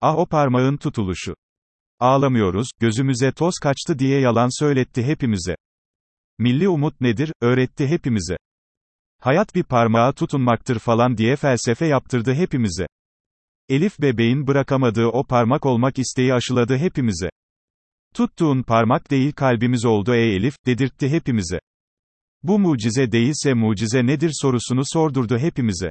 Ah o parmağın tutuluşu. Ağlamıyoruz, gözümüze toz kaçtı diye yalan söyletti hepimize. Milli umut nedir, öğretti hepimize. Hayat bir parmağa tutunmaktır falan diye felsefe yaptırdı hepimize. Elif bebeğin bırakamadığı o parmak olmak isteği aşıladı hepimize. Tuttuğun parmak değil kalbimiz oldu ey Elif, dedirtti hepimize. Bu mucize değilse mucize nedir sorusunu sordurdu hepimize.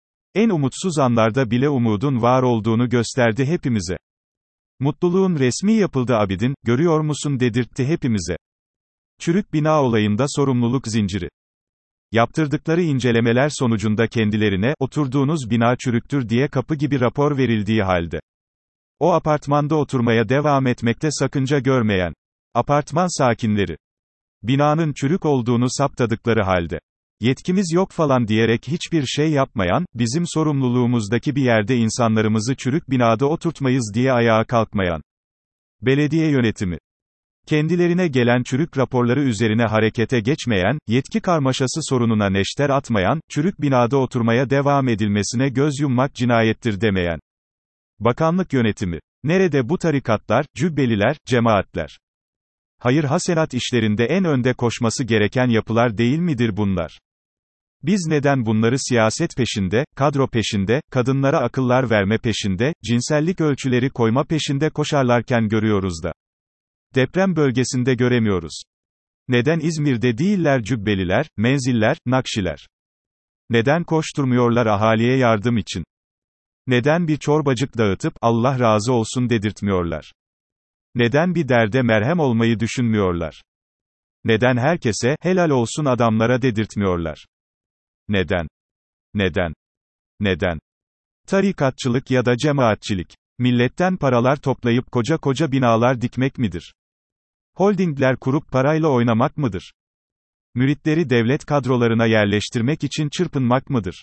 En umutsuz anlarda bile umudun var olduğunu gösterdi hepimize. Mutluluğun resmi yapıldı Abidin, görüyor musun dedirtti hepimize. Çürük bina olayında sorumluluk zinciri. Yaptırdıkları incelemeler sonucunda kendilerine, oturduğunuz bina çürüktür diye kapı gibi rapor verildiği halde. O apartmanda oturmaya devam etmekte sakınca görmeyen apartman sakinleri, binanın çürük olduğunu saptadıkları halde, yetkimiz yok falan diyerek hiçbir şey yapmayan, bizim sorumluluğumuzdaki bir yerde insanlarımızı çürük binada oturtmayız diye ayağa kalkmayan belediye yönetimi, kendilerine gelen çürük raporları üzerine harekete geçmeyen, yetki karmaşası sorununa neşter atmayan, çürük binada oturmaya devam edilmesine göz yummak cinayettir demeyen bakanlık yönetimi. Nerede bu tarikatlar, cübbeliler, cemaatler? Hayır hasenat işlerinde en önde koşması gereken yapılar değil midir bunlar? Biz neden bunları siyaset peşinde, kadro peşinde, kadınlara akıllar verme peşinde, cinsellik ölçüleri koyma peşinde koşarlarken görüyoruz da deprem bölgesinde göremiyoruz? Neden İzmir'de değiller cübbeliler, menziller, nakşiler? Neden koşturmuyorlar ahaliye yardım için? Neden bir çorbacık dağıtıp, Allah razı olsun dedirtmiyorlar? Neden bir derde merhem olmayı düşünmüyorlar? Neden herkese, helal olsun adamlara dedirtmiyorlar? Neden? Neden? Neden? Tarikatçılık ya da cemaatçilik. Milletten paralar toplayıp koca koca binalar dikmek midir? Holdingler kurup parayla oynamak mıdır? Müritleri devlet kadrolarına yerleştirmek için çırpınmak mıdır?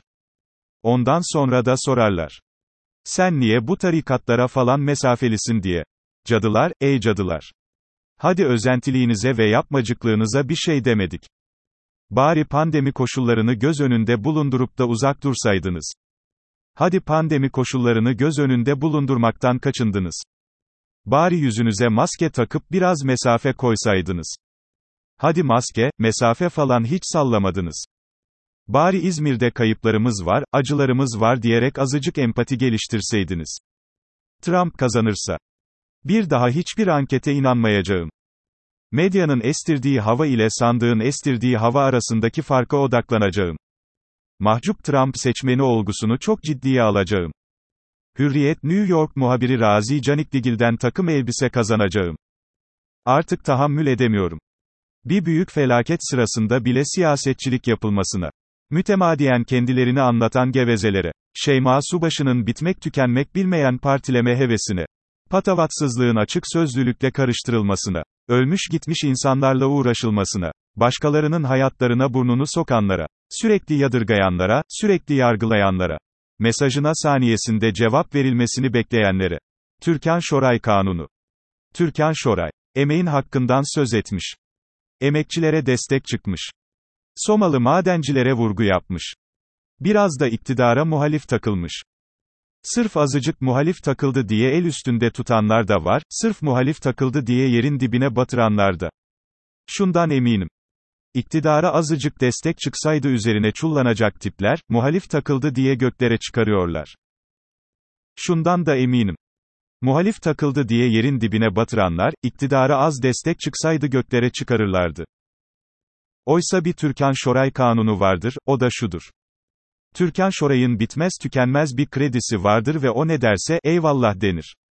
Ondan sonra da sorarlar. Sen niye bu tarikatlara falan mesafelisin diye. Cadılar, ey cadılar. Hadi özentiliğinize ve yapmacıklığınıza bir şey demedik. Bari pandemi koşullarını göz önünde bulundurup da uzak dursaydınız. Hadi pandemi koşullarını göz önünde bulundurmaktan kaçındınız. Bari yüzünüze maske takıp biraz mesafe koysaydınız. Hadi maske, mesafe falan hiç sallamadınız. Bari İzmir'de kayıplarımız var, acılarımız var diyerek azıcık empati geliştirseydiniz. Trump kazanırsa. Bir daha hiçbir ankete inanmayacağım. Medyanın estirdiği hava ile sandığın estirdiği hava arasındaki farka odaklanacağım. Mahcup Trump seçmeni olgusunu çok ciddiye alacağım. Hürriyet New York muhabiri Razi Canikligil'den takım elbise kazanacağım. Artık tahammül edemiyorum. Bir büyük felaket sırasında bile siyasetçilik yapılmasına. Mütemadiyen kendilerini anlatan gevezelere. Şeyma Subaşı'nın bitmek tükenmek bilmeyen partileme hevesine. Patavatsızlığın açık sözlülükle karıştırılmasına. Ölmüş gitmiş insanlarla uğraşılmasına. Başkalarının hayatlarına burnunu sokanlara. Sürekli yadırgayanlara, sürekli yargılayanlara. Mesajına saniyesinde cevap verilmesini bekleyenlere. Türkan Şoray Kanunu. Türkan Şoray. Emeğin hakkından söz etmiş. Emekçilere destek çıkmış. Somalı madencilere vurgu yapmış. Biraz da iktidara muhalif takılmış. Sırf azıcık muhalif takıldı diye el üstünde tutanlar da var, sırf muhalif takıldı diye yerin dibine batıranlar da. Şundan eminim. İktidara azıcık destek çıksaydı üzerine çullanacak tipler, muhalif takıldı diye göklere çıkarıyorlar. Şundan da eminim. Muhalif takıldı diye yerin dibine batıranlar, iktidara az destek çıksaydı göklere çıkarırlardı. Oysa bir Türkan Şoray kanunu vardır, o da şudur. Türkan Şoray'ın bitmez tükenmez bir kredisi vardır ve o ne derse, eyvallah denir.